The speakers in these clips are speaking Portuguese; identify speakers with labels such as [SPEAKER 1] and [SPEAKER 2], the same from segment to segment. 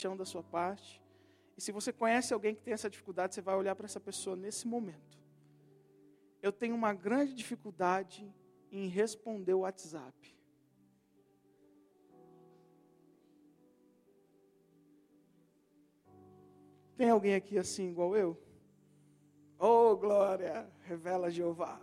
[SPEAKER 1] compaixão da sua parte. E se você conhece alguém que tem essa dificuldade, você vai olhar para essa pessoa nesse momento. Eu tenho uma grande dificuldade em responder o WhatsApp. Tem alguém aqui assim igual eu? Oh, glória, revela Jeová.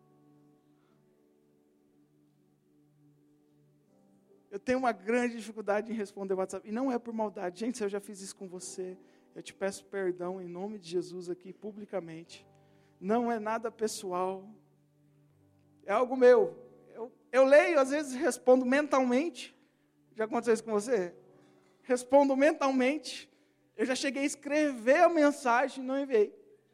[SPEAKER 1] Eu tenho uma grande dificuldade em responder o WhatsApp. E não é por maldade. Gente, se eu já fiz isso com você, eu te peço perdão em nome de Jesus aqui, publicamente. Não é nada pessoal. É algo meu. Eu leio, às vezes respondo mentalmente. Já aconteceu isso com você? Respondo mentalmente. Eu já cheguei a escrever a mensagem e não enviei.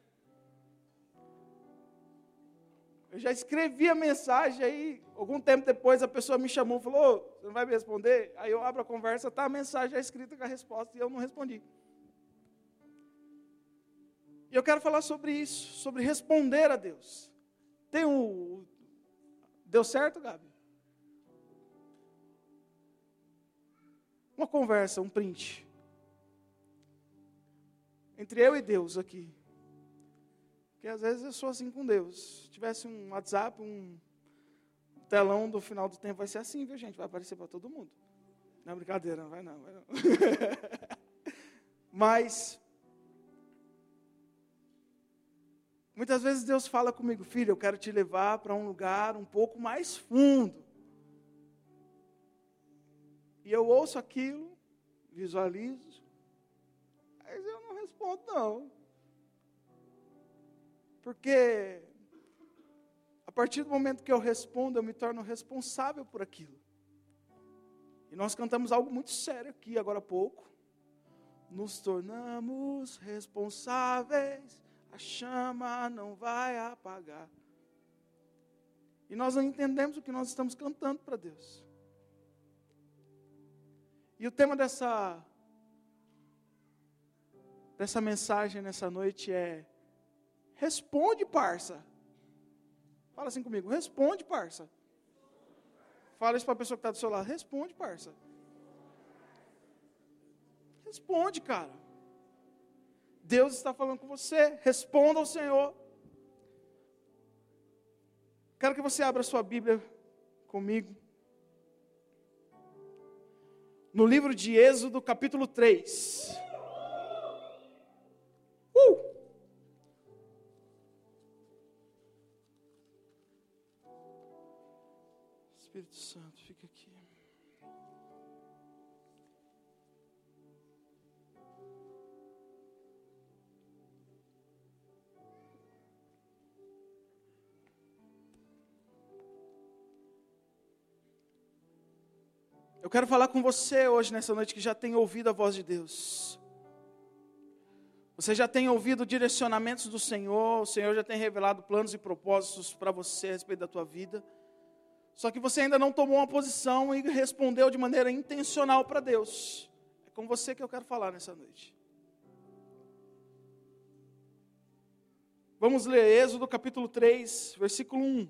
[SPEAKER 1] Eu já escrevi a mensagem, aí, algum tempo depois, a pessoa me chamou e falou, você não vai me responder? Aí eu abro a conversa, está a mensagem já escrita com a resposta, e eu não respondi. E eu quero falar sobre isso, sobre responder a Deus. Deu certo, Gabi? Uma conversa, um print. Entre eu e Deus aqui. Porque às vezes eu sou assim com Deus. Se tivesse um WhatsApp, um telão do final do tempo, vai ser assim, viu, gente? Vai aparecer para todo mundo. Não é brincadeira, não vai não. Mas, muitas vezes Deus fala comigo, filho, eu quero te levar para um lugar um pouco mais fundo. E eu ouço aquilo, visualizo, mas eu não respondo não. Porque a partir do momento que eu respondo, eu me torno responsável por aquilo. E nós cantamos algo muito sério aqui agora há pouco. Nos tornamos responsáveis, a chama não vai apagar. E nós não entendemos o que nós estamos cantando para Deus. E o tema dessa mensagem nessa noite é: responde, parça. Fala assim comigo, responde, parça. Fala isso para a pessoa que está do seu lado, responde, parça. Responde, cara. Deus está falando com você, responda ao Senhor. Quero que você abra sua Bíblia comigo. No livro de Êxodo, capítulo 3. Espírito Santo, fica aqui. Eu quero falar com você hoje, nessa noite, que já tem ouvido a voz de Deus. Você já tem ouvido direcionamentos do Senhor, o Senhor já tem revelado planos e propósitos para você a respeito da tua vida. Só que você ainda não tomou uma posição e respondeu de maneira intencional para Deus. É com você que eu quero falar nessa noite. Vamos ler Êxodo capítulo 3, versículo 1.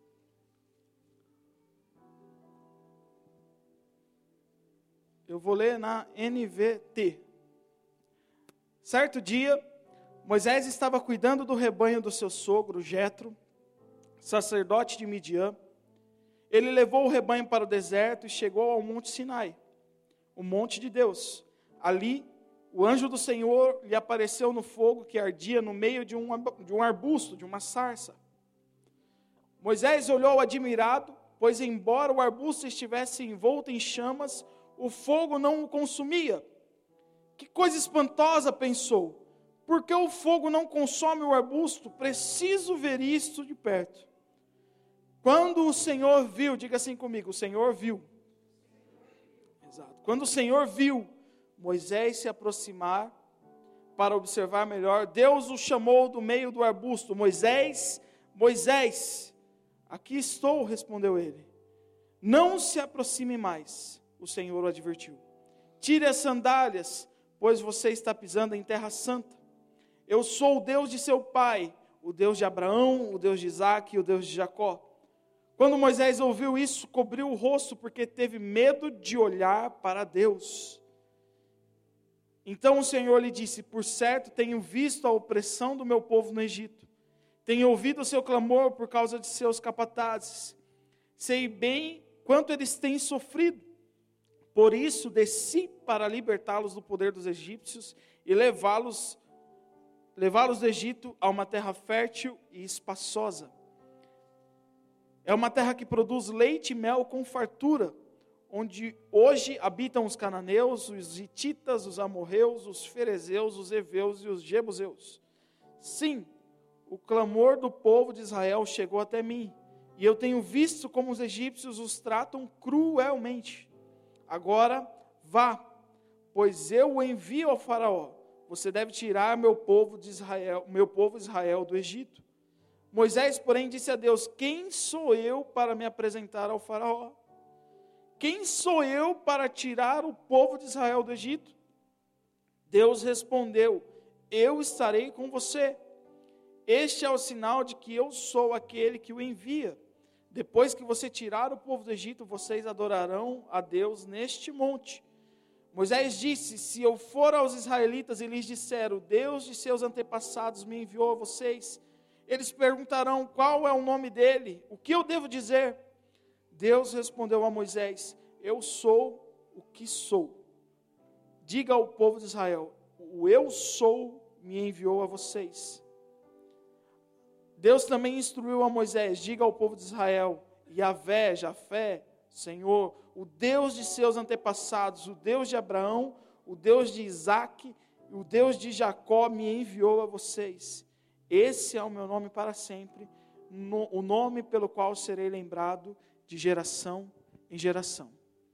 [SPEAKER 1] Eu vou ler na NVT. Certo dia, Moisés estava cuidando do rebanho do seu sogro, Jetro, sacerdote de Midian. Ele levou o rebanho para o deserto e chegou ao monte Sinai, o monte de Deus. Ali, o anjo do Senhor lhe apareceu no fogo que ardia no meio de um arbusto, de uma sarça. Moisés olhou admirado, pois embora o arbusto estivesse envolto em chamas, o fogo não o consumia. Que coisa espantosa, pensou. Por que o fogo não consome o arbusto? Preciso ver isto de perto. Quando o Senhor viu, diga assim comigo, o Senhor viu. Exato. Quando o Senhor viu Moisés se aproximar para observar melhor, Deus o chamou do meio do arbusto. Moisés, Moisés, aqui estou, respondeu ele. Não se aproxime mais, o Senhor o advertiu. Tire as sandálias, pois você está pisando em terra santa. Eu sou o Deus de seu pai, o Deus de Abraão, o Deus de Isaque e o Deus de Jacó. Quando Moisés ouviu isso, cobriu o rosto, porque teve medo de olhar para Deus. Então o Senhor lhe disse: por certo tenho visto a opressão do meu povo no Egito. Tenho ouvido o seu clamor por causa de seus capatazes. Sei bem quanto eles têm sofrido. Por isso desci para libertá-los do poder dos egípcios e levá-los do Egito a uma terra fértil e espaçosa. É uma terra que produz leite e mel com fartura, onde hoje habitam os cananeus, os hititas, os amorreus, os ferezeus, os heveus e os jebuseus. Sim, o clamor do povo de Israel chegou até mim, e eu tenho visto como os egípcios os tratam cruelmente. Agora, vá, pois eu o envio ao faraó. Você deve tirar meu povo Israel do Egito. Moisés, porém, disse a Deus: quem sou eu para me apresentar ao faraó? Quem sou eu para tirar o povo de Israel do Egito? Deus respondeu: eu estarei com você. Este é o sinal de que eu sou aquele que o envia. Depois que você tirar o povo do Egito, vocês adorarão a Deus neste monte. Moisés disse: se eu for aos israelitas e lhes disser, o Deus de seus antepassados me enviou a vocês, eles perguntarão: qual é o nome dele? O que eu devo dizer? Deus respondeu a Moisés: eu sou o que sou. Diga ao povo de Israel: o eu sou me enviou a vocês. Deus também instruiu a Moisés: diga ao povo de Israel: Yahvé, Jafé, Senhor, o Deus de seus antepassados, o Deus de Abraão, o Deus de Isaque, o Deus de Jacó me enviou a vocês. Esse é o meu nome para sempre, o nome pelo qual serei lembrado de geração em geração.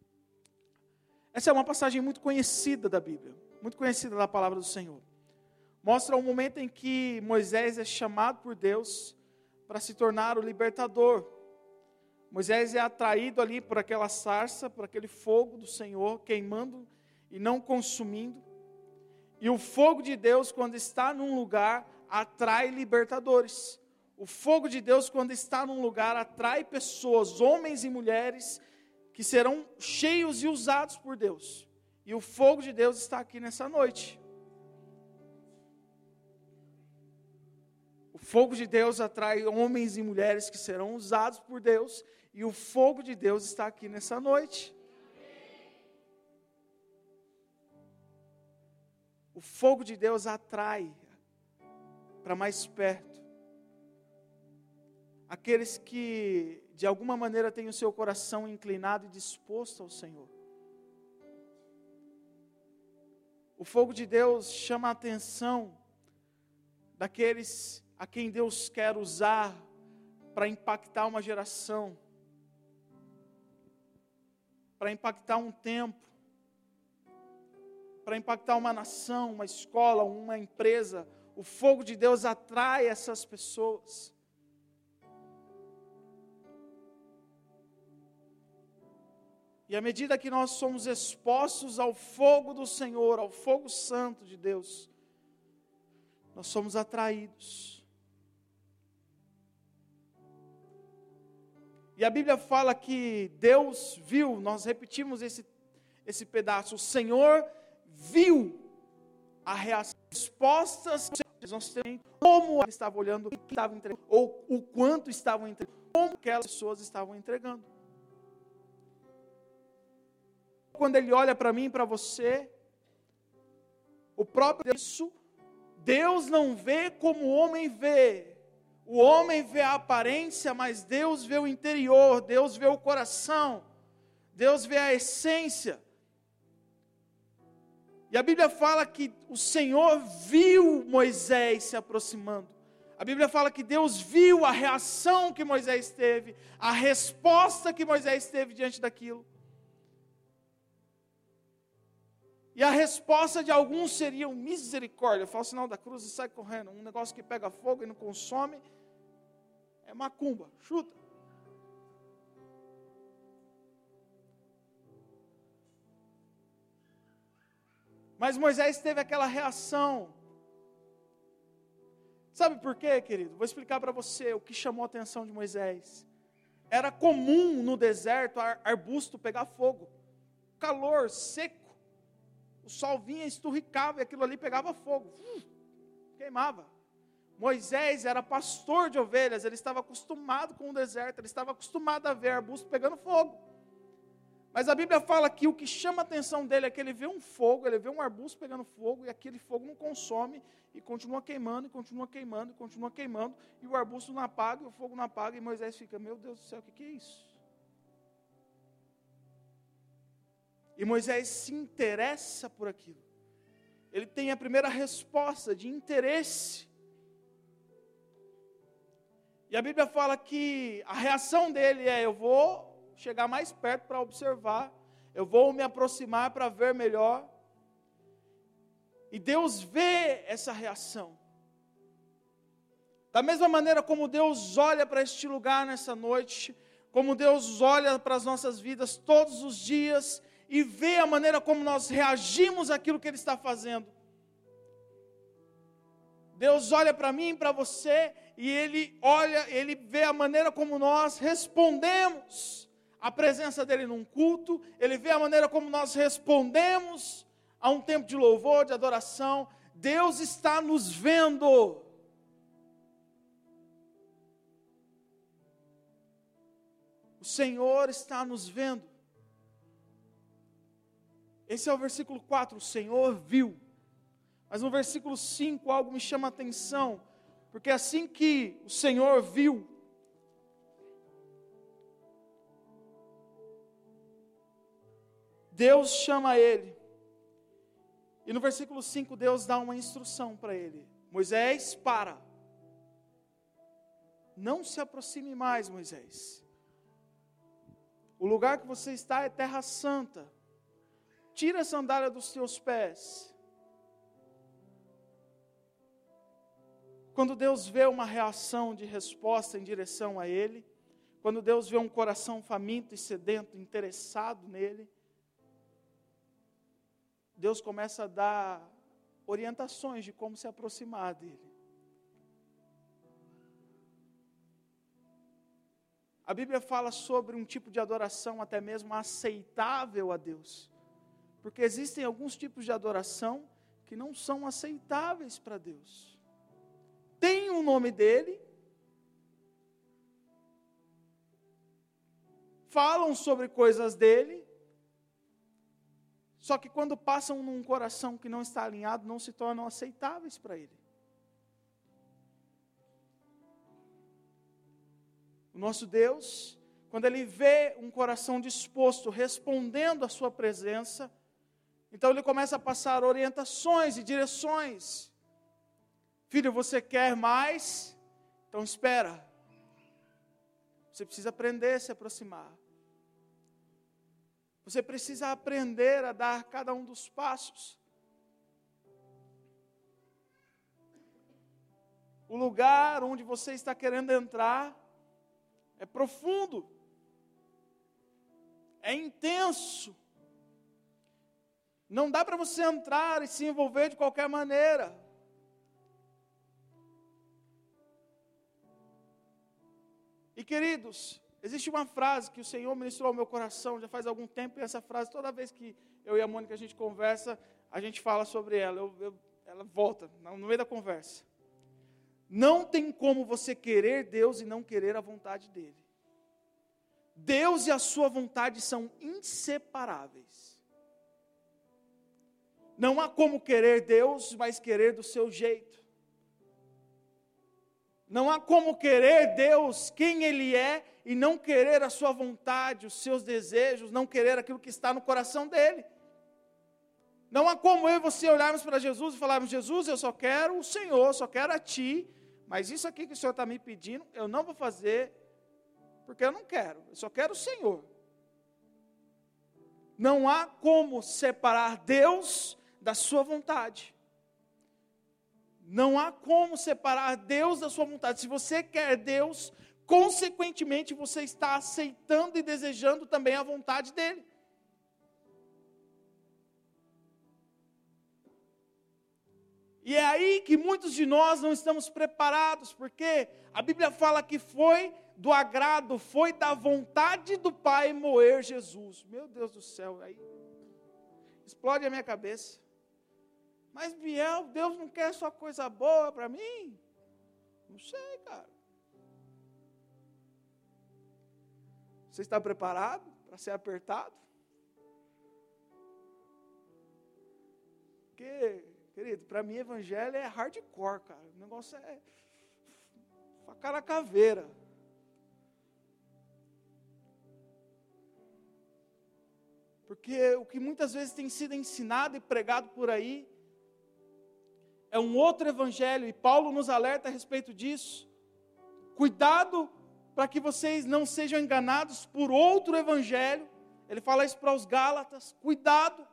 [SPEAKER 1] Essa é uma passagem muito conhecida da Bíblia, muito conhecida da palavra do Senhor. Mostra o momento em que Moisés é chamado por Deus para se tornar o libertador. Moisés é atraído ali por aquela sarça, por aquele fogo do Senhor, queimando e não consumindo. E o fogo de Deus, quando está num lugar, atrai libertadores. O fogo de Deus, quando está num lugar, atrai pessoas, homens e mulheres, que serão cheios e usados por Deus. E o fogo de Deus está aqui nessa noite. O fogo de Deus atrai homens e mulheres que serão usados por Deus. E o fogo de Deus está aqui nessa noite. O fogo de Deus atrai para mais perto aqueles que de alguma maneira têm o seu coração inclinado e disposto ao Senhor. O fogo de Deus chama a atenção daqueles a quem Deus quer usar para impactar uma geração, para impactar um tempo, para impactar uma nação, uma escola, uma empresa. O fogo de Deus atrai essas pessoas. E à medida que nós somos expostos ao fogo do Senhor, ao fogo santo de Deus, nós somos atraídos. E a Bíblia fala que Deus viu, nós repetimos esse pedaço, o Senhor viu a reação, respostas, nós temos como ele estava olhando, o que estava entregando, ou o quanto estavam entregando, como aquelas pessoas estavam entregando. Quando ele olha para mim e para você, o próprio Deus não vê como o homem vê. O homem vê a aparência, mas Deus vê o interior, Deus vê o coração, Deus vê a essência. E a Bíblia fala que o Senhor viu Moisés se aproximando. A Bíblia fala que Deus viu a reação que Moisés teve, a resposta que Moisés teve diante daquilo. E a resposta de alguns seria misericórdia. Fala o sinal da cruz e sai correndo. Um negócio que pega fogo e não consome é macumba, chuta. Mas Moisés teve aquela reação. Sabe por quê, querido? Vou explicar para você o que chamou a atenção de Moisés. Era comum no deserto arbusto pegar fogo. Calor, seco. o sol vinha, esturricava, e aquilo ali pegava fogo, queimava. Moisés era pastor de ovelhas, ele estava acostumado com o deserto, ele estava acostumado a ver arbusto pegando fogo. Mas a Bíblia fala que o que chama a atenção dele é que ele vê um fogo, ele vê um arbusto pegando fogo, e aquele fogo não consome, e continua queimando, e continua queimando, e continua queimando, e o arbusto não apaga, e o fogo não apaga, e Moisés fica, meu Deus do céu, o que é isso? E Moisés se interessa por aquilo. Ele tem a primeira resposta de interesse. E a Bíblia fala que a reação dele é, eu vou chegar mais perto para observar, eu vou me aproximar para ver melhor. E Deus vê essa reação. Da mesma maneira como Deus olha para este lugar nessa noite, como Deus olha para as nossas vidas todos os dias, e vê a maneira como nós reagimos àquilo que Ele está fazendo. Deus olha para mim e para você, e Ele vê a maneira como nós respondemos à presença dEle num culto, Ele vê a maneira como nós respondemos a um tempo de louvor, de adoração. Deus está nos vendo. O Senhor está nos vendo. Esse é o versículo 4, o Senhor viu. Mas no versículo 5 algo me chama a atenção, porque assim que o Senhor viu, Deus chama ele. E no versículo 5 Deus dá uma instrução para ele. Moisés, para. Não se aproxime mais, Moisés. O lugar que você está é terra santa. Tira a sandália dos teus pés. Quando Deus vê uma reação de resposta em direção a Ele, quando Deus vê um coração faminto e sedento, interessado nele, Deus começa a dar orientações de como se aproximar dele. A Bíblia fala sobre um tipo de adoração até mesmo aceitável a Deus. Porque existem alguns tipos de adoração que não são aceitáveis para Deus. Tem o nome dele, falam sobre coisas dele, só que quando passam num coração que não está alinhado, não se tornam aceitáveis para ele. O nosso Deus, quando Ele vê um coração disposto, respondendo à sua presença, então Ele começa a passar orientações e direções. Filho, você quer mais? Então espera. Você precisa aprender a se aproximar. Você precisa aprender a dar cada um dos passos. O lugar onde você está querendo entrar é profundo, é intenso. Não dá para você entrar e se envolver de qualquer maneira. E queridos, existe uma frase que o Senhor ministrou ao meu coração já faz algum tempo, e essa frase, toda vez que eu e a Mônica a gente conversa, a gente fala sobre ela, ela volta no meio da conversa. Não tem como você querer Deus e não querer a vontade dEle. Deus e a sua vontade são inseparáveis. Não há como querer Deus, mas querer do seu jeito. Não há como querer Deus, quem Ele é, e não querer a sua vontade, os seus desejos, não querer aquilo que está no coração dEle. Não há como eu e você olharmos para Jesus e falarmos, Jesus, eu só quero o Senhor, só quero a Ti, mas isso aqui que o Senhor está me pedindo, eu não vou fazer, porque eu não quero, eu só quero o Senhor. Não há como separar Deus da sua vontade. Não há como separar Deus da sua vontade. Se você quer Deus, consequentemente você está aceitando e desejando também a vontade dEle. E é aí que muitos de nós não estamos preparados, porque a Bíblia fala que foi do agrado, foi da vontade do Pai moer Jesus. Meu Deus do céu, aí. explode a minha cabeça. Mas, Biel, Deus não quer só coisa boa para mim? Não sei, cara. Você está preparado para ser apertado? Porque, querido, para mim evangelho é hardcore, cara. O negócio é faca na caveira. Porque o que muitas vezes tem sido ensinado e pregado por aí é um outro evangelho, e Paulo nos alerta a respeito disso. Cuidado para que vocês não sejam enganados por outro evangelho. Ele fala isso para os Gálatas, cuidado.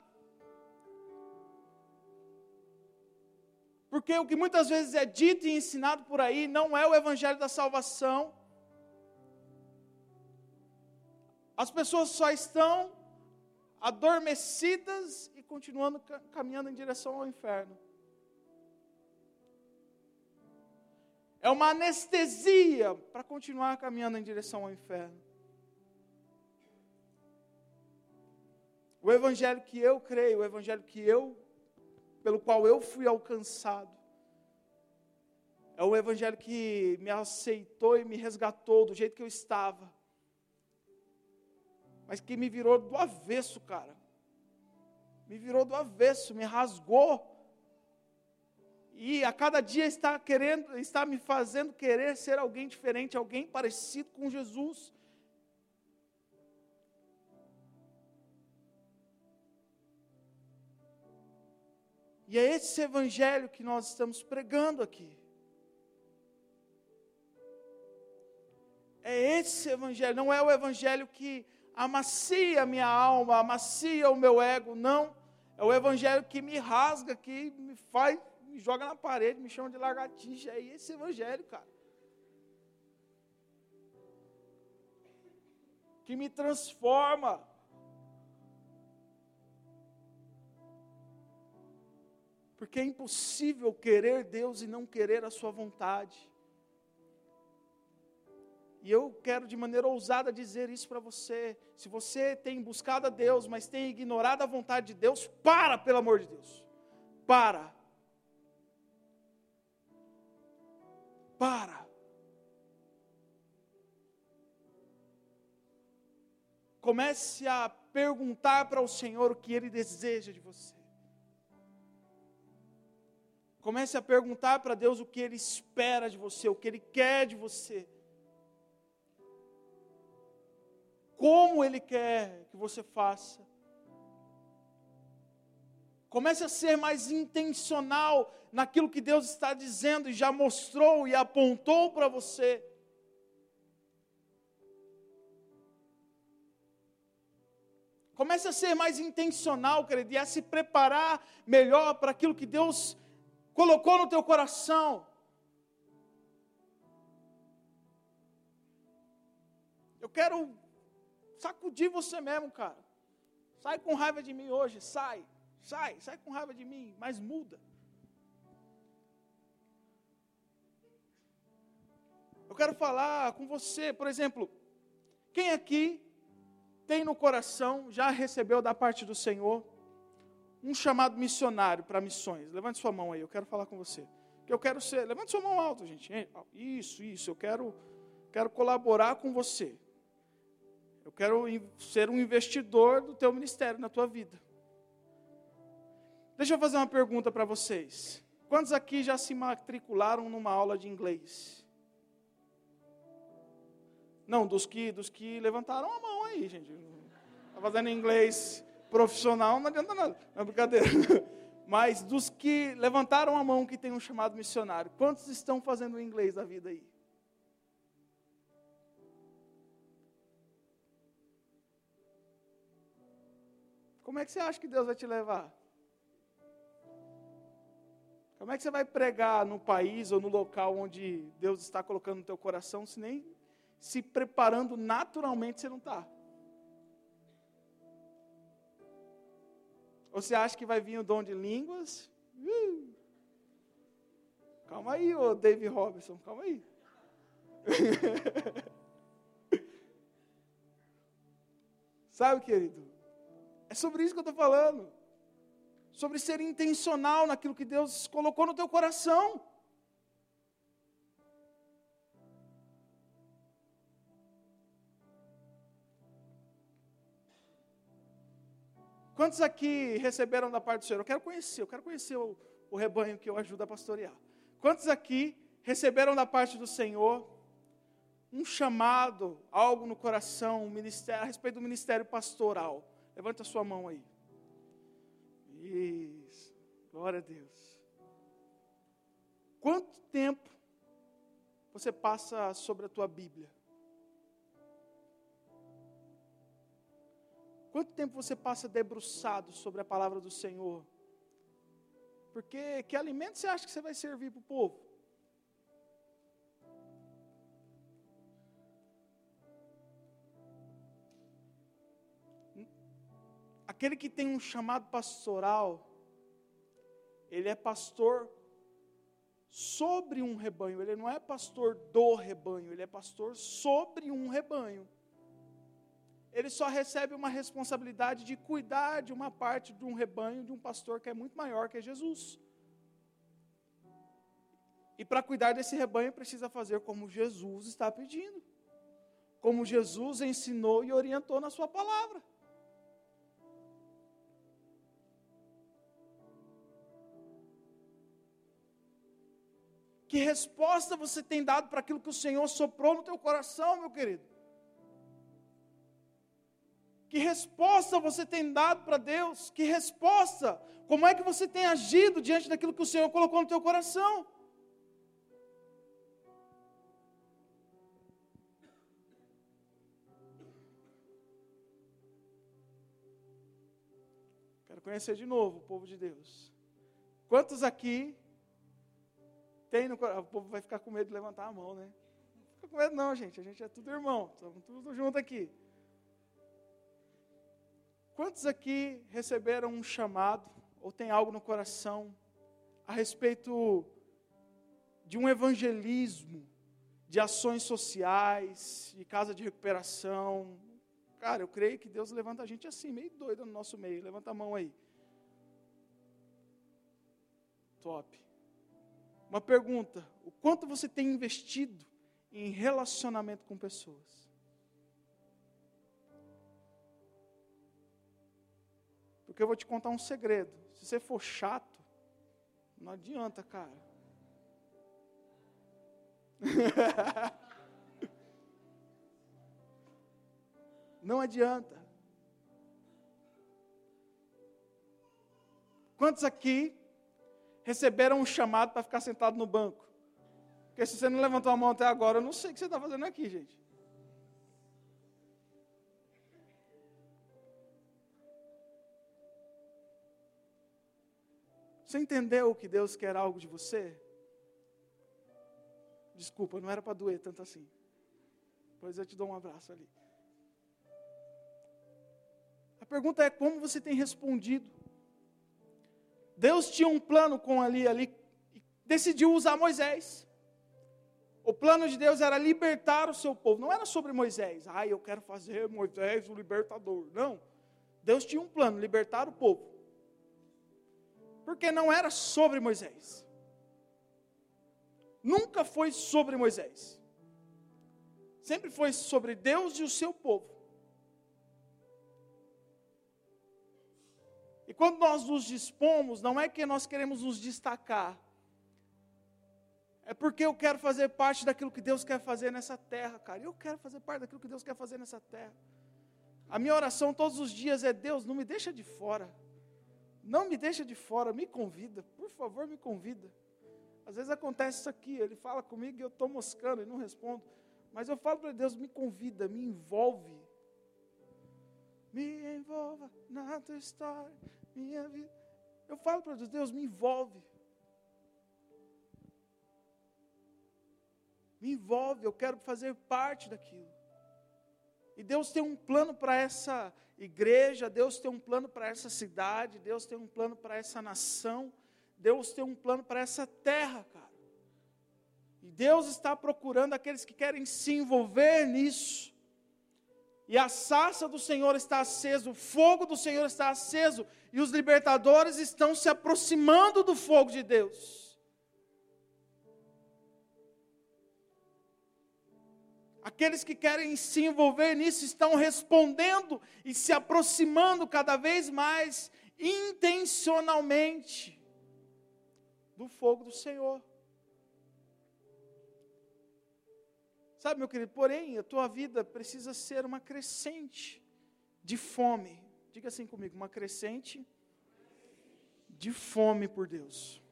[SPEAKER 1] Porque o que muitas vezes é dito e ensinado por aí não é o evangelho da salvação. As pessoas só estão adormecidas e continuando caminhando em direção ao inferno. É uma anestesia para continuar caminhando em direção ao inferno. O evangelho que eu creio, o evangelho pelo qual eu fui alcançado, é o evangelho que me aceitou e me resgatou do jeito que eu estava, mas que me virou do avesso, cara. Me virou do avesso, me rasgou. E a cada dia está me fazendo querer ser alguém diferente, alguém parecido com Jesus. E é esse evangelho que nós estamos pregando aqui. É esse evangelho, não é o evangelho que amacia a minha alma, amacia o meu ego, não. É o evangelho que me rasga, que me joga na parede, me chama de lagartixa. É esse evangelho, cara. Que me transforma. Porque é impossível querer Deus e não querer a sua vontade. E eu quero de maneira ousada dizer isso para você. Se você tem buscado a Deus, mas tem ignorado a vontade de Deus, para, pelo amor de Deus. Para. Comece a perguntar para o Senhor o que Ele deseja de você. Comece a perguntar para Deus o que Ele espera de você, o que Ele quer de você. Como Ele quer que você faça. Comece a ser mais intencional naquilo que Deus está dizendo e já mostrou e apontou para você. Comece a ser mais intencional, querido, e a se preparar melhor para aquilo que Deus colocou no teu coração. Eu quero sacudir você mesmo, cara. Sai com raiva de mim hoje, sai com raiva de mim, mas muda. Eu quero falar com você, por exemplo, quem aqui tem no coração, já recebeu da parte do Senhor, um chamado missionário para missões? Levante sua mão aí, eu quero falar com você. Que eu quero ser, levante sua mão alto, gente. Isso, eu quero colaborar com você. Eu quero ser um investidor do teu ministério, na tua vida. Deixa eu fazer uma pergunta para vocês. Quantos aqui já se matricularam numa aula de inglês? Não, dos que levantaram a mão aí, gente. Está fazendo inglês profissional, não adianta nada. Não é brincadeira. Mas dos que levantaram a mão que tem um chamado missionário, quantos estão fazendo inglês da vida aí? Como é que você acha que Deus vai te levar? Como é que você vai pregar no país ou no local onde Deus está colocando no teu coração, se nem se preparando naturalmente você não está? Ou você acha que vai vir o dom de línguas? Calma aí, ô David Robinson, calma aí. Sabe, querido? É sobre isso que eu estou falando. sobre ser intencional naquilo que Deus colocou no teu coração. Quantos aqui receberam da parte do Senhor? Eu quero conhecer o rebanho que eu ajudo a pastorear. Quantos aqui receberam da parte do Senhor um chamado, algo no coração, um ministério, a respeito do ministério pastoral? Levanta a sua mão aí. Isso, glória a Deus. Quanto tempo você passa sobre a tua Bíblia? Quanto tempo você passa debruçado sobre a palavra do Senhor? Porque que alimento você acha que você vai servir para o povo? Aquele que tem um chamado pastoral, ele é pastor sobre um rebanho. Ele não é pastor do rebanho, ele é pastor sobre um rebanho. Ele só recebe uma responsabilidade de cuidar de uma parte de um rebanho, de um pastor que é muito maior, que é Jesus. E para cuidar desse rebanho, precisa fazer como Jesus está pedindo. Como Jesus ensinou e orientou na sua palavra. Que resposta você tem dado para aquilo que o Senhor soprou no teu coração, meu querido? Que resposta você tem dado para Deus? Que resposta? Como é que você tem agido diante daquilo que o Senhor colocou no teu coração? Quero conhecer de novo o povo de Deus. Quantos aqui tem no coração? O povo vai ficar com medo de levantar a mão, né? Não fica com medo não, gente. A gente é tudo irmão. Estamos tudo junto aqui. Quantos aqui receberam um chamado, ou tem algo no coração, a respeito de um evangelismo, de ações sociais, de casa de recuperação? Cara, eu creio que Deus levanta a gente assim, meio doido no nosso meio. Levanta a mão aí. Top. Uma pergunta: o quanto você tem investido em relacionamento com pessoas? Porque eu vou te contar um segredo. Se você for chato, não adianta, cara. Não adianta. Quantos aqui receberam um chamado para ficar sentado no banco? Porque se você não levantou a mão até agora, eu não sei o que você está fazendo aqui, gente. Você entendeu que Deus quer algo de você? Desculpa, não era para doer tanto assim. Depois eu te dou um abraço ali. A pergunta é: como você tem respondido? Deus tinha um plano com ali e decidiu usar Moisés. O plano de Deus era libertar o seu povo. Não era sobre Moisés. Eu quero fazer Moisés o libertador. Não. Deus tinha um plano: libertar o povo. Porque não era sobre Moisés. Nunca foi sobre Moisés. Sempre foi sobre Deus e o seu povo. E quando nós nos dispomos, não é que nós queremos nos destacar. É porque eu quero fazer parte daquilo que Deus quer fazer nessa terra, cara. Eu quero fazer parte daquilo que Deus quer fazer nessa terra. A minha oração todos os dias é: Deus, não me deixa de fora. Não me deixa de fora, me convida, por favor, me convida. Às vezes acontece isso aqui, ele fala comigo e eu estou moscando e não respondo. Mas eu falo para Deus: me convida, me envolve. Me envolva na tua história, minha vida. Eu falo para Deus: me envolve. Me envolve, eu quero fazer parte daquilo. E Deus tem um plano para essa igreja, Deus tem um plano para essa cidade, Deus tem um plano para essa nação, Deus tem um plano para essa terra, cara. E Deus está procurando aqueles que querem se envolver nisso. E a sarça do Senhor está acesa, o fogo do Senhor está aceso, e os libertadores estão se aproximando do fogo de Deus. Aqueles que querem se envolver nisso estão respondendo e se aproximando cada vez mais intencionalmente do fogo do Senhor. Sabe, meu querido, porém, a tua vida precisa ser uma crescente de fome. Diga assim comigo, uma crescente de fome por Deus.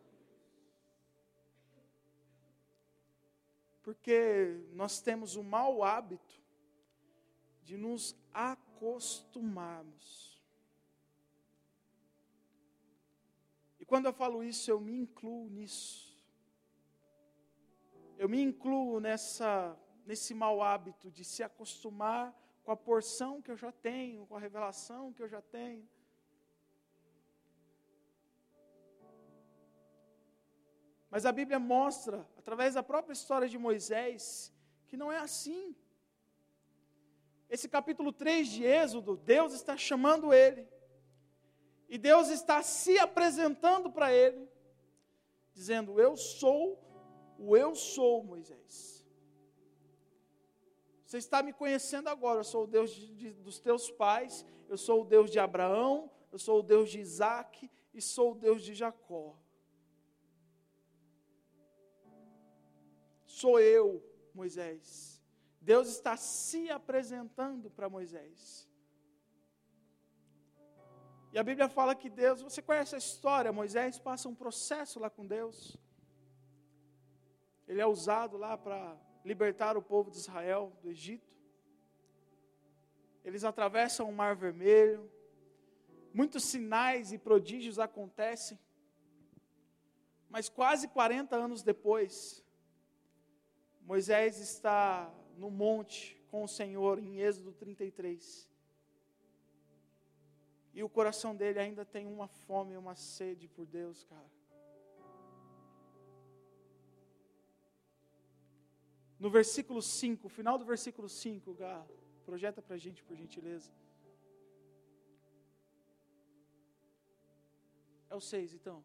[SPEAKER 1] Porque nós temos o mau hábito de nos acostumarmos. E quando eu falo isso, eu me incluo nisso. Eu me incluo nesse mau hábito de se acostumar com a porção que eu já tenho, com a revelação que eu já tenho. Mas a Bíblia mostra, através da própria história de Moisés, que não é assim. Esse capítulo 3 de Êxodo, Deus está chamando ele. E Deus está se apresentando para ele, dizendo, eu sou, Moisés. Você está me conhecendo agora, eu sou o Deus dos teus pais, eu sou o Deus de Abraão, eu sou o Deus de Isaac e sou o Deus de Jacó. Sou eu, Moisés. Deus está se apresentando para Moisés. E a Bíblia fala que Deus, você conhece a história, Moisés passa um processo lá com Deus. Ele é usado lá para libertar o povo de Israel do Egito. Eles atravessam o Mar Vermelho. Muitos sinais e prodígios acontecem. Mas quase 40 anos depois, Moisés está no monte com o Senhor, em Êxodo 33. E o coração dele ainda tem uma fome e uma sede por Deus, cara. No versículo 5, final do versículo 5, Gá, projeta para a gente, por gentileza. É o 6, então.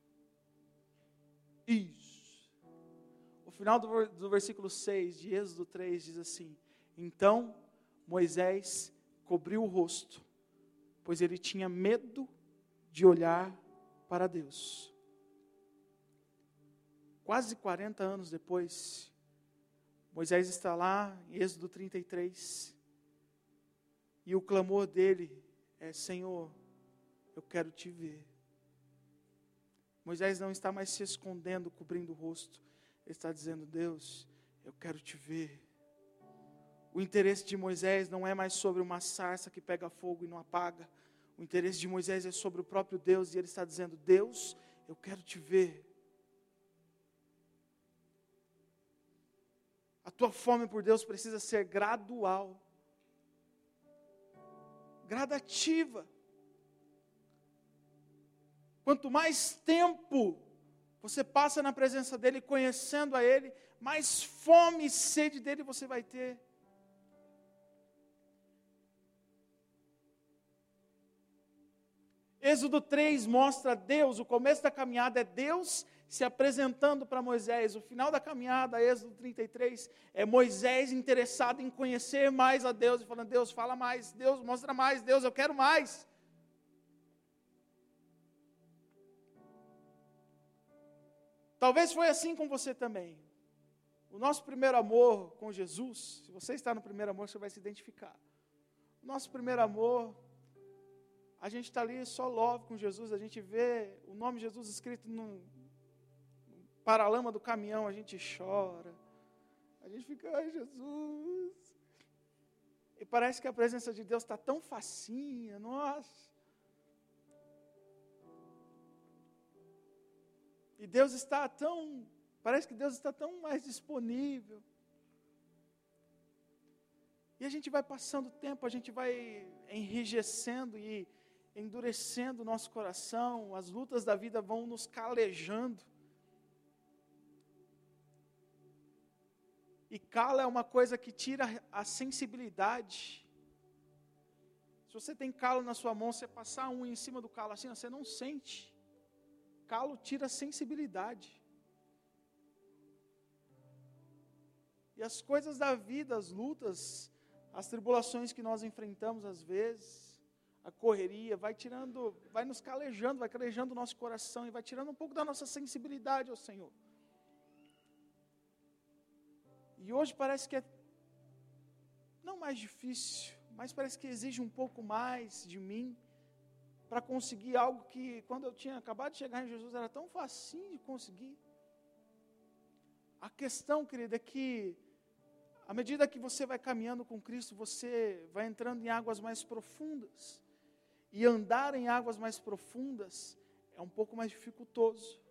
[SPEAKER 1] Isso. O final do versículo 6 de Êxodo 3 diz assim: então Moisés cobriu o rosto, pois ele tinha medo de olhar para Deus. Quase 40 anos depois, Moisés está lá em Êxodo 33, e o clamor dele é: Senhor, eu quero te ver. Moisés não está mais se escondendo, cobrindo o rosto, ele está dizendo: Deus, eu quero te ver. O interesse de Moisés não é mais sobre uma sarça que pega fogo e não apaga. O interesse de Moisés é sobre o próprio Deus, e ele está dizendo: Deus, eu quero te ver. A tua fome por Deus precisa ser gradual, gradativa. Quanto mais tempo você passa na presença dEle, conhecendo a Ele, mais fome e sede dEle você vai ter. Êxodo 3 mostra Deus, o começo da caminhada é Deus se apresentando para Moisés. O final da caminhada, Êxodo 33, é Moisés interessado em conhecer mais a Deus, e falando: Deus, fala mais, Deus, mostra mais, Deus, eu quero mais. Talvez foi assim com você também. O nosso primeiro amor com Jesus, se você está no primeiro amor, você vai se identificar. O nosso primeiro amor, a gente está ali só love com Jesus, a gente vê o nome de Jesus escrito no paralama do caminhão, a gente chora, a gente fica: ai, Jesus. E parece que a presença de Deus está tão facinha, nossa. E Deus está tão, parece que Deus está tão mais disponível. E a gente vai passando o tempo, a gente vai enrijecendo e endurecendo o nosso coração, as lutas da vida vão nos calejando. E cala é uma coisa que tira a sensibilidade. Se você tem calo na sua mão, você passar a unha em cima do calo assim, você não sente. Calo tira a sensibilidade. E as coisas da vida, as lutas, as tribulações que nós enfrentamos às vezes, a correria, vai nos calejando, vai calejando o nosso coração e vai tirando um pouco da nossa sensibilidade ao Senhor. E hoje parece que é não mais difícil, mas parece que exige um pouco mais de mim para conseguir algo que, quando eu tinha acabado de chegar em Jesus, era tão facinho de conseguir. A questão, querida, é que à medida que você vai caminhando com Cristo, você vai entrando em águas mais profundas. E andar em águas mais profundas é um pouco mais dificultoso.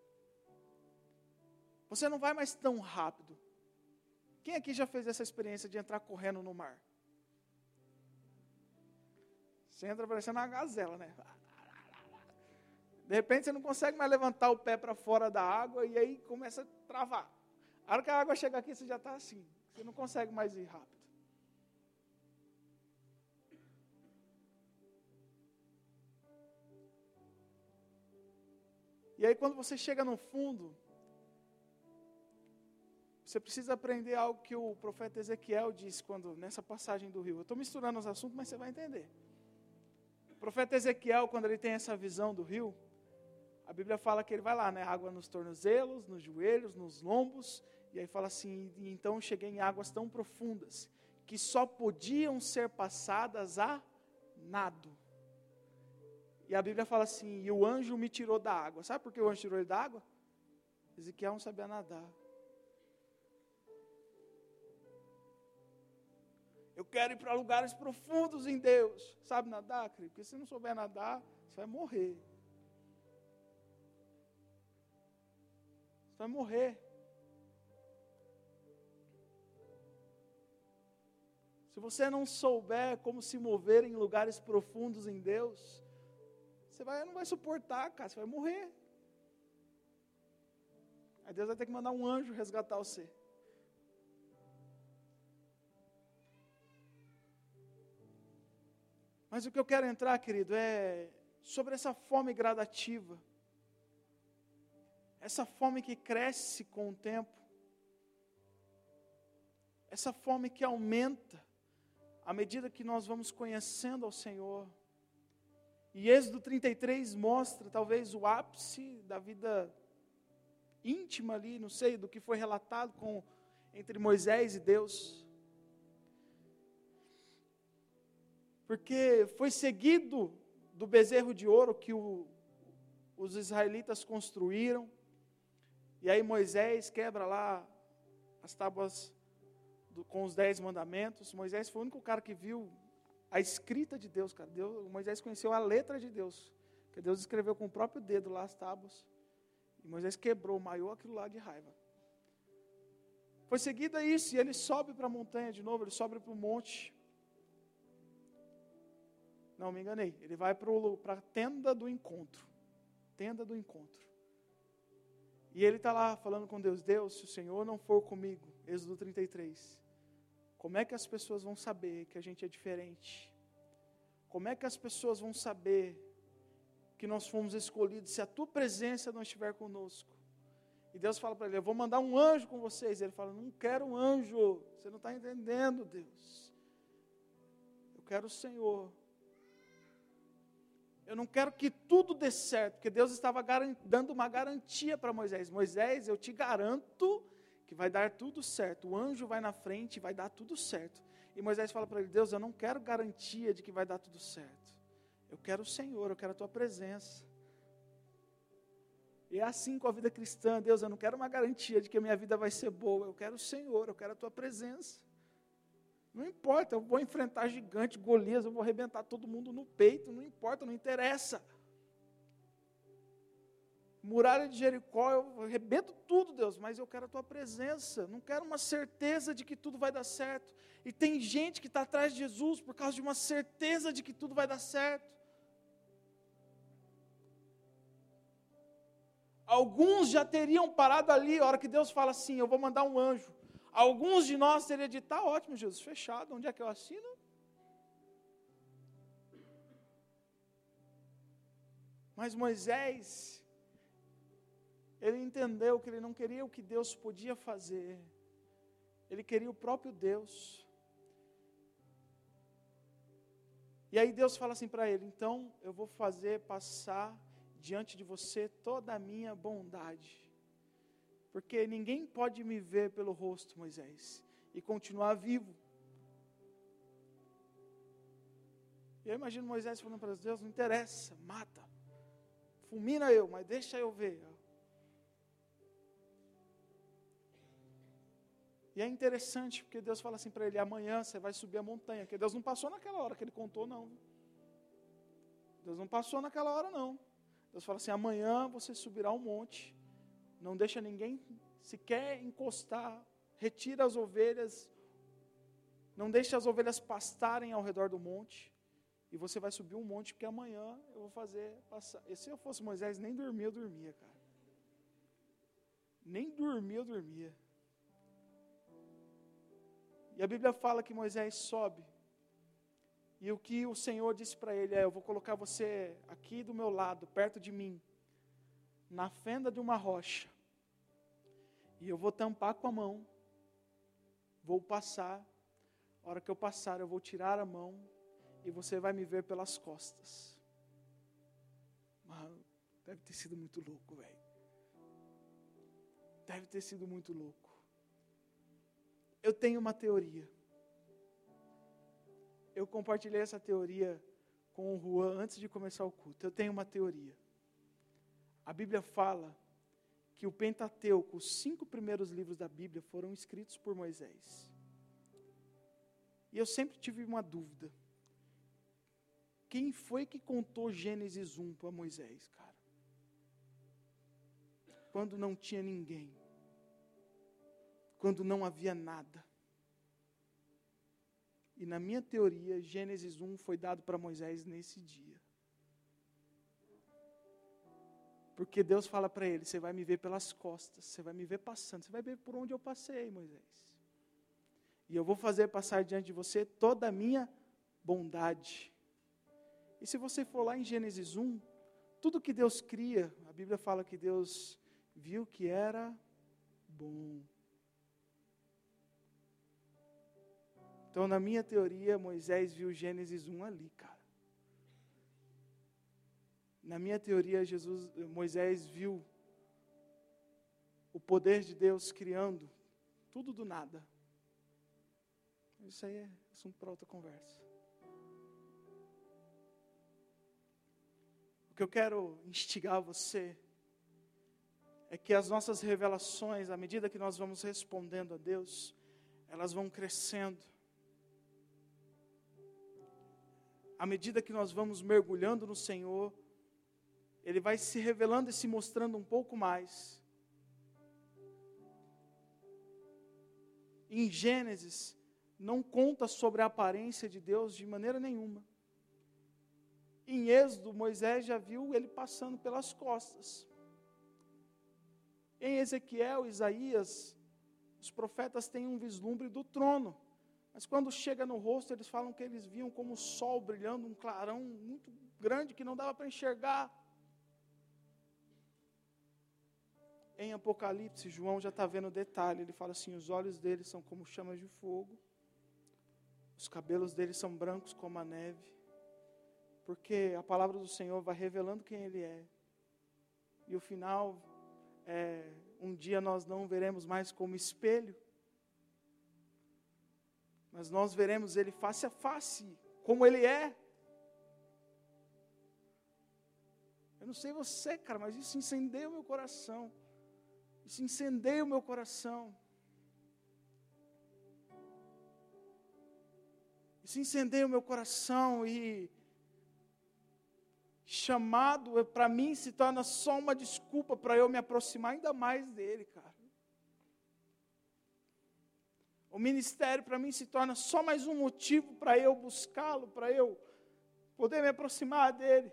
[SPEAKER 1] Você não vai mais tão rápido. Quem aqui já fez essa experiência de entrar correndo no mar? Você entra parecendo uma gazela, né? De repente você não consegue mais levantar o pé para fora da água e aí começa a travar. A hora que a água chega aqui, você já está assim. Você não consegue mais ir rápido. E aí quando você chega no fundo, você precisa aprender algo que o profeta Ezequiel disse nessa passagem do rio. Eu estou misturando os assuntos, mas você vai entender. O profeta Ezequiel, quando ele tem essa visão do rio, a Bíblia fala que ele vai lá, né? Água nos tornozelos, nos joelhos, nos lombos. E aí fala assim, então cheguei em águas tão profundas, que só podiam ser passadas a nado. E a Bíblia fala assim, e o anjo me tirou da água. Sabe por que o anjo tirou ele da água? Ezequiel não sabia nadar. Eu quero ir para lugares profundos em Deus. Sabe nadar, querido? Porque se não souber nadar, você vai morrer. Você vai morrer. Se você não souber como se mover em lugares profundos em Deus, você não vai suportar, cara, você vai morrer. Aí Deus vai ter que mandar um anjo resgatar você. Mas o que eu quero entrar, querido, é sobre essa fome gradativa. Essa fome que cresce com o tempo. Essa fome que aumenta à medida que nós vamos conhecendo ao Senhor. E Êxodo 33 mostra talvez o ápice da vida íntima ali, não sei, do que foi relatado entre Moisés e Deus. Porque foi seguido do bezerro de ouro que os israelitas construíram. E aí Moisés quebra lá as tábuas com os 10 mandamentos. Moisés foi o único cara que viu a escrita de Deus, cara. Moisés conheceu a letra de Deus, que Deus escreveu com o próprio dedo lá as tábuas. E Moisés quebrou, maiou aquilo lá de raiva. Foi seguido a isso, e ele sobe para a montanha de novo, ele sobe para o monte. Não, me enganei. Ele vai para a tenda do encontro. Tenda do encontro. E ele está lá falando com Deus. Deus, se o Senhor não for comigo, Êxodo 33, como é que as pessoas vão saber que a gente é diferente? Como é que as pessoas vão saber que nós fomos escolhidos se a tua presença não estiver conosco? E Deus fala para ele, eu vou mandar um anjo com vocês. E ele fala, não quero um anjo. Você não está entendendo, Deus. Eu quero o Senhor. Eu não quero que tudo dê certo, porque Deus estava dando uma garantia para Moisés. Moisés, eu te garanto que vai dar tudo certo. O anjo vai na frente e vai dar tudo certo. E Moisés fala para ele, Deus, eu não quero garantia de que vai dar tudo certo. Eu quero o Senhor, eu quero a tua presença. E é assim com a vida cristã, Deus, eu não quero uma garantia de que a minha vida vai ser boa. Eu quero o Senhor, eu quero a tua presença. Não importa, eu vou enfrentar gigante, Golias, eu vou arrebentar todo mundo no peito, não importa, não interessa. Muralha de Jericó, eu arrebento tudo, Deus, mas eu quero a tua presença, não quero uma certeza de que tudo vai dar certo. E tem gente que está atrás de Jesus por causa de uma certeza de que tudo vai dar certo. Alguns já teriam parado ali, a hora que Deus fala assim, eu vou mandar um anjo. Alguns de nós teriam dito, tá ótimo, Jesus, fechado, onde é que eu assino? Mas Moisés, ele entendeu que ele não queria o que Deus podia fazer. Ele queria o próprio Deus. E aí Deus fala assim para ele: então eu vou fazer passar diante de você toda a minha bondade. Porque ninguém pode me ver pelo rosto, Moisés, e continuar vivo. E eu imagino Moisés falando para Deus: não interessa, mata, fulmina eu, mas deixa eu ver. E é interessante, porque Deus fala assim para ele: amanhã você vai subir a montanha. Porque Deus não passou naquela hora que ele contou, não. Deus não passou naquela hora, não. Deus fala assim: amanhã você subirá um monte, não deixa ninguém sequer encostar, retira as ovelhas, não deixa as ovelhas pastarem ao redor do monte, e você vai subir um monte, porque amanhã eu vou fazer passar. E se eu fosse Moisés, nem dormia, eu dormia, cara. Nem dormia, eu dormia. E a Bíblia fala que Moisés sobe, e o que o Senhor disse para ele é: eu vou colocar você aqui do meu lado, perto de mim, na fenda de uma rocha, e eu vou tampar com a mão, vou passar, a hora que eu passar eu vou tirar a mão, e você vai me ver pelas costas. Mano, deve ter sido muito louco, velho. Deve ter sido muito louco. Eu tenho uma teoria. Eu compartilhei essa teoria com o Juan antes de começar o culto. Eu tenho uma teoria. A Bíblia fala que o Pentateuco, os 5 primeiros livros da Bíblia, foram escritos por Moisés. E eu sempre tive uma dúvida. Quem foi que contou Gênesis 1 para Moisés, cara? Quando não tinha ninguém. Quando não havia nada. E na minha teoria, Gênesis 1 foi dado para Moisés nesse dia. Porque Deus fala para ele: você vai me ver pelas costas, você vai me ver passando, você vai ver por onde eu passei, Moisés. E eu vou fazer passar diante de você toda a minha bondade. E se você for lá em Gênesis 1, tudo que Deus cria, a Bíblia fala que Deus viu que era bom. Então, na minha teoria, Moisés viu Gênesis 1 ali, cara. Na minha teoria, Moisés viu o poder de Deus criando tudo do nada. Isso aí é assunto para outra conversa. O que eu quero instigar você é que as nossas revelações, à medida que nós vamos respondendo a Deus, elas vão crescendo. À medida que nós vamos mergulhando no Senhor, Ele vai se revelando e se mostrando um pouco mais. Em Gênesis, não conta sobre a aparência de Deus de maneira nenhuma. Em Êxodo, Moisés já viu ele passando pelas costas. Em Ezequiel, Isaías, os profetas têm um vislumbre do trono. Mas quando chega no rosto, eles falam que eles viam como o sol brilhando, um clarão muito grande que não dava para enxergar. Em Apocalipse, João já está vendo o detalhe. Ele fala assim: os olhos deles são como chamas de fogo, os cabelos deles são brancos como a neve. Porque a palavra do Senhor vai revelando quem Ele é. E o final um dia nós não veremos mais como espelho, mas nós veremos Ele face a face, como Ele é. Eu não sei você, cara, mas isso incendeia o meu coração. Isso incendeia o meu coração. Isso incendeia o meu coração e chamado para mim se torna só uma desculpa para eu me aproximar ainda mais dele, cara. O ministério para mim se torna só mais um motivo para eu buscá-lo, para eu poder me aproximar dele.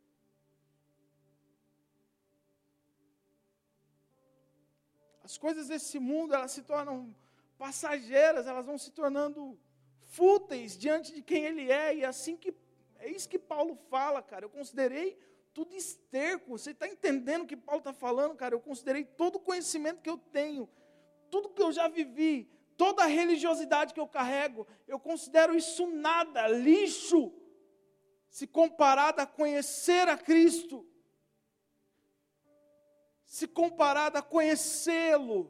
[SPEAKER 1] As coisas desse mundo, elas se tornam passageiras, elas vão se tornando fúteis diante de quem Ele é, e é isso que Paulo fala, cara. Eu considerei tudo esterco. Você está entendendo o que Paulo está falando, cara? Eu considerei todo o conhecimento que eu tenho, tudo que eu já vivi, toda a religiosidade que eu carrego, eu considero isso nada, lixo, se comparado a conhecer a Cristo, se comparado a conhecê-lo.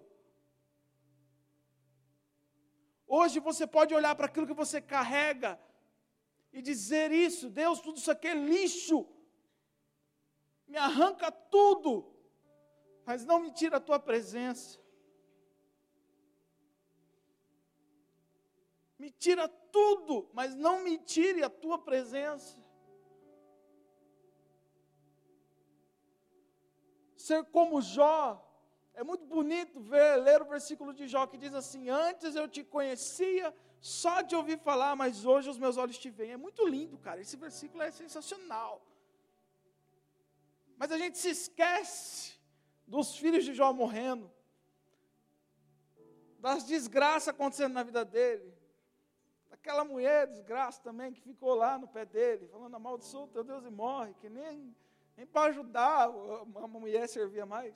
[SPEAKER 1] Hoje você pode olhar para aquilo que você carrega e dizer isso: Deus, tudo isso aqui é lixo, me arranca tudo, mas não me tira a tua presença. Me tira tudo, mas não me tire a tua presença. Ser como Jó, é muito bonito ler o versículo de Jó que diz assim: antes eu te conhecia só de ouvir falar, mas hoje os meus olhos te veem. É muito lindo, cara, esse versículo é sensacional. Mas a gente se esquece dos filhos de Jó morrendo, das desgraças acontecendo na vida dele, daquela mulher desgraça também que ficou lá no pé dele, falando: amaldiçoa o teu Deus e morre, que nem para ajudar uma mulher servia mais.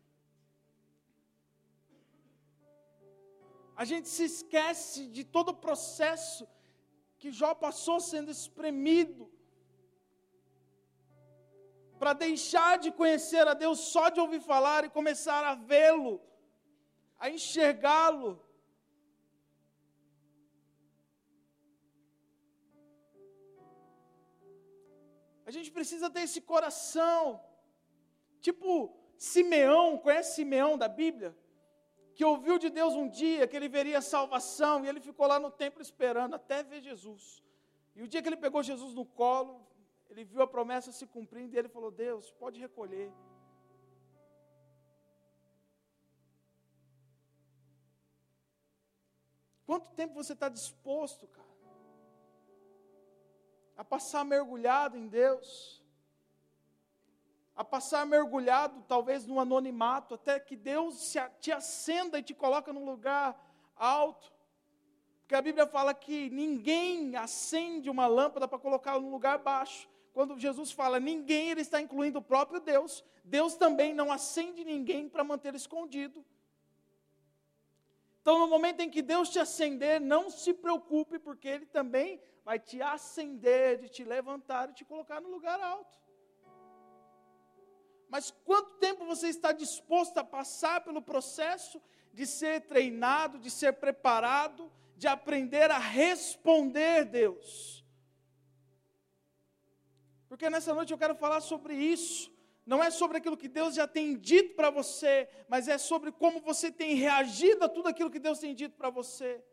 [SPEAKER 1] A gente se esquece de todo o processo que Jó passou sendo espremido, para deixar de conhecer a Deus só de ouvir falar e começar a vê-lo, a enxergá-lo. A gente precisa ter esse coração, tipo Simeão, conhece Simeão da Bíblia? Que ouviu de Deus um dia que ele veria salvação, e ele ficou lá no templo esperando até ver Jesus. E o dia que ele pegou Jesus no colo, ele viu a promessa se cumprindo, e ele falou: Deus, pode recolher. Quanto tempo você está disposto, cara, a passar mergulhado em Deus, a passar mergulhado talvez no anonimato, até que Deus te acenda e te coloca num lugar alto? Porque a Bíblia fala que ninguém acende uma lâmpada para colocá-la num lugar baixo. Quando Jesus fala ninguém, ele está incluindo o próprio Deus. Deus também não acende ninguém para manter escondido. Então, no momento em que Deus te acender, não se preocupe, porque Ele também vai te acender, de te levantar e te colocar no lugar alto. Mas quanto tempo você está disposto a passar pelo processo de ser treinado, de ser preparado, de aprender a responder Deus? Porque nessa noite eu quero falar sobre isso. Não é sobre aquilo que Deus já tem dito para você, mas é sobre como você tem reagido a tudo aquilo que Deus tem dito para você.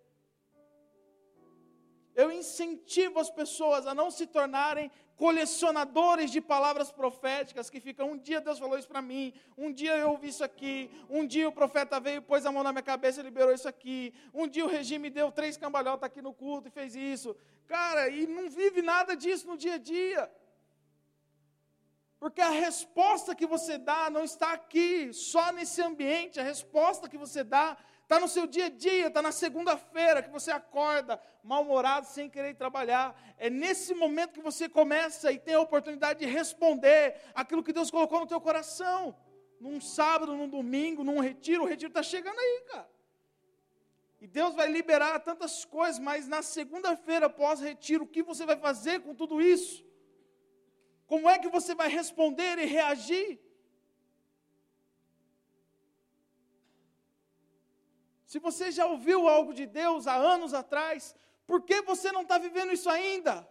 [SPEAKER 1] Eu incentivo as pessoas a não se tornarem colecionadores de palavras proféticas, que ficam: um dia Deus falou isso para mim, um dia eu ouvi isso aqui, um dia o profeta veio e pôs a mão na minha cabeça e liberou isso aqui, um dia o regime deu 3 cambalhotas aqui no culto e fez isso. Cara, e não vive nada disso no dia a dia. Porque a resposta que você dá não está aqui, só nesse ambiente. A resposta que você dá está no seu dia a dia, está na segunda-feira que você acorda mal-humorado, sem querer trabalhar. É nesse momento que você começa e tem a oportunidade de responder aquilo que Deus colocou no teu coração. Num sábado, num domingo, num retiro. O retiro está chegando aí, cara. E Deus vai liberar tantas coisas, mas na segunda-feira, pós-retiro, o que você vai fazer com tudo isso? Como é que você vai responder e reagir? Se você já ouviu algo de Deus há anos atrás, por que você não está vivendo isso ainda?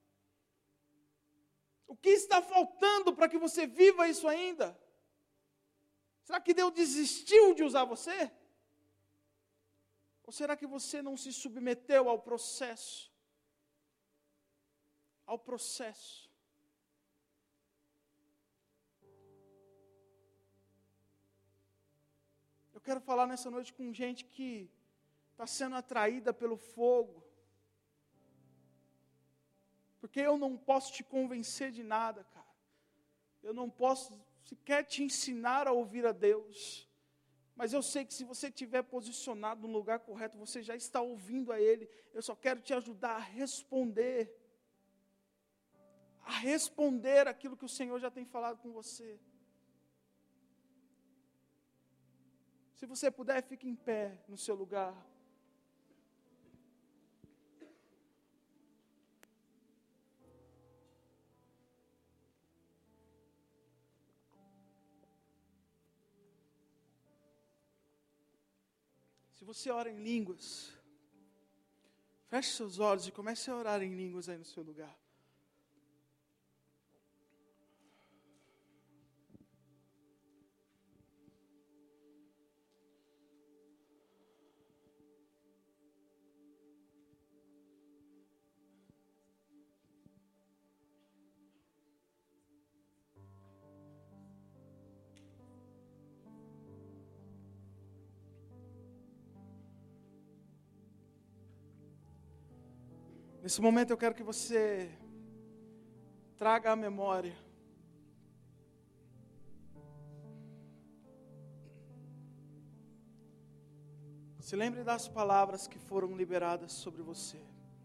[SPEAKER 1] O que está faltando para que você viva isso ainda? Será que Deus desistiu de usar você? Ou será que você não se submeteu ao processo? Ao processo. Eu quero falar nessa noite com gente que está sendo atraída pelo fogo. Porque eu não posso te convencer de nada, cara. Eu não posso sequer te ensinar a ouvir a Deus. Mas eu sei que se você estiver posicionado no lugar correto, você já está ouvindo a Ele. Eu só quero te ajudar a responder. a responder aquilo que o Senhor já tem falado com você. Se você puder, fique em pé no seu lugar. Se você ora em línguas, feche seus olhos e comece a orar em línguas aí no seu lugar. Nesse momento eu quero que você traga à memória se lembre das palavras que foram liberadas sobre você.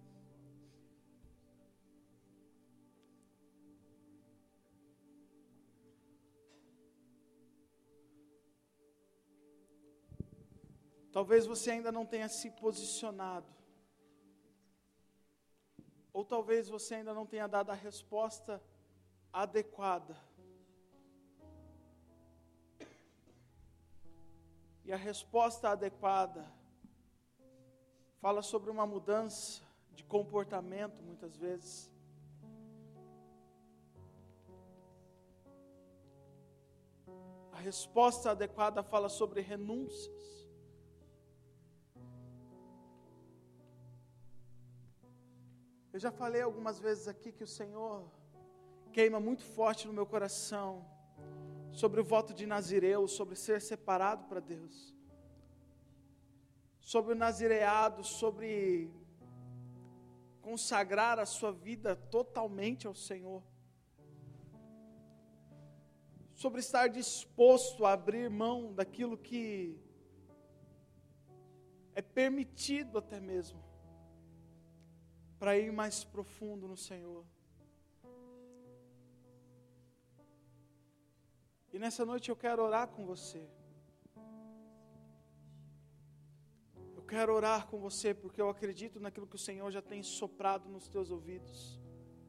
[SPEAKER 1] Talvez você ainda não tenha se posicionado. Ou talvez você ainda não tenha dado a resposta adequada. E a resposta adequada fala sobre uma mudança de comportamento, muitas vezes. A resposta adequada fala sobre renúncias. Eu já falei algumas vezes aqui que o Senhor queima muito forte no meu coração sobre o voto de Nazireu, sobre ser separado para Deus, sobre o nazireado, sobre consagrar a sua vida totalmente ao Senhor, sobre estar disposto a abrir mão daquilo que é permitido até mesmo, para ir mais profundo no Senhor. E nessa noite eu quero orar com você. Eu quero orar com você porque eu acredito naquilo que o Senhor já tem soprado nos teus ouvidos.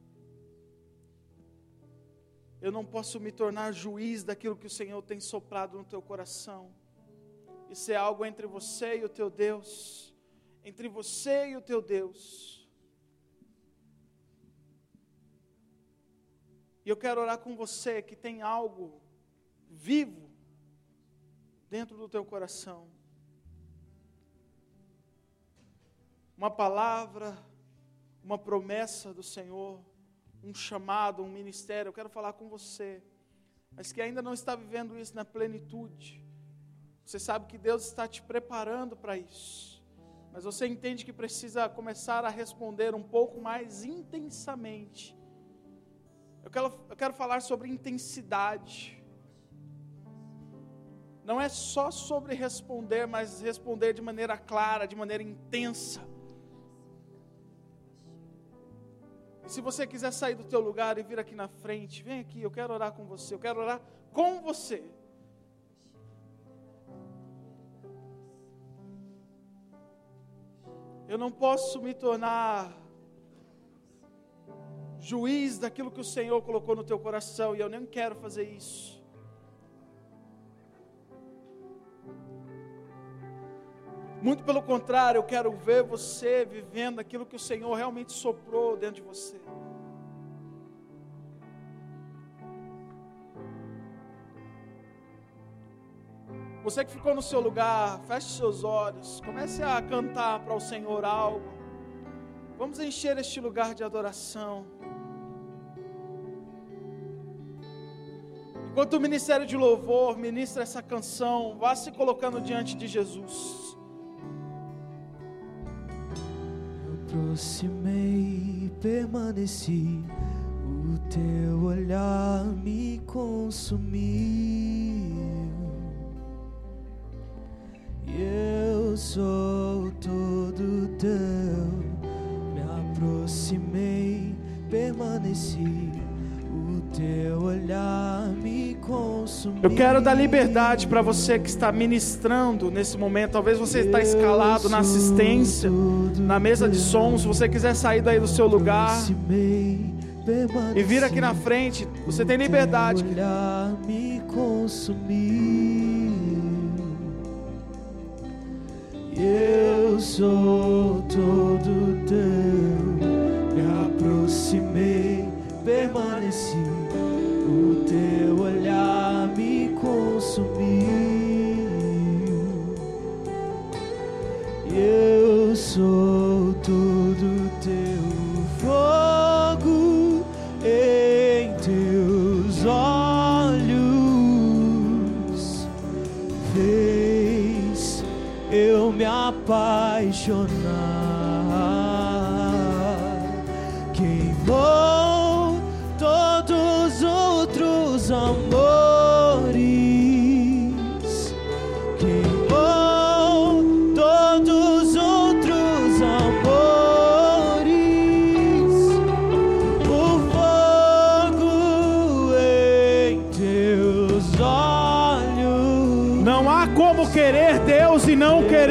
[SPEAKER 1] Eu não posso me tornar juiz daquilo que o Senhor tem soprado no teu coração. Isso é algo entre você e o teu Deus. Entre você e o teu Deus. E eu quero orar com você que tem algo vivo dentro do teu coração. Uma palavra, uma promessa do Senhor, um chamado, um ministério. Eu quero falar com você, mas que ainda não está vivendo isso na plenitude. Você sabe que Deus está te preparando para isso, mas você entende que precisa começar a responder um pouco mais intensamente. Eu quero falar sobre intensidade. Não é só sobre responder, mas responder de maneira clara, de maneira intensa. E se você quiser sair do teu lugar e vir aqui na frente, vem aqui, eu quero orar com você, eu quero orar com você. Eu não posso me tornar juiz daquilo que o Senhor colocou no teu coração, e eu nem quero fazer isso. Muito pelo contrário, eu quero ver você vivendo aquilo que o Senhor realmente soprou dentro de você. Você que ficou no seu lugar, feche seus olhos, comece a cantar para o Senhor algo. Vamos encher este lugar de adoração. Enquanto o ministério de louvor ministra essa canção, vá se colocando diante de Jesus.
[SPEAKER 2] Eu aproximei, permaneci, o teu olhar me consumiu. E eu sou todo teu. Me aproximei, permaneci, o teu olhar me consumiu.
[SPEAKER 1] Eu quero dar liberdade para você que está ministrando nesse momento. Talvez você está escalado na assistência, na mesa de som. Se você quiser sair daí do seu lugar e vir aqui na frente, você tem liberdade.
[SPEAKER 2] O teu olhar me consumiu. Eu sou todo teu, me aproximei, permaneci, o teu olhar me consumiu. Eu sou todo teu, fogo em teus olhos fez eu me apaixonar, queimou todos os outros amores, queimou todos os outros amores, o fogo em teus olhos.
[SPEAKER 1] Não há como querer Deus e não querer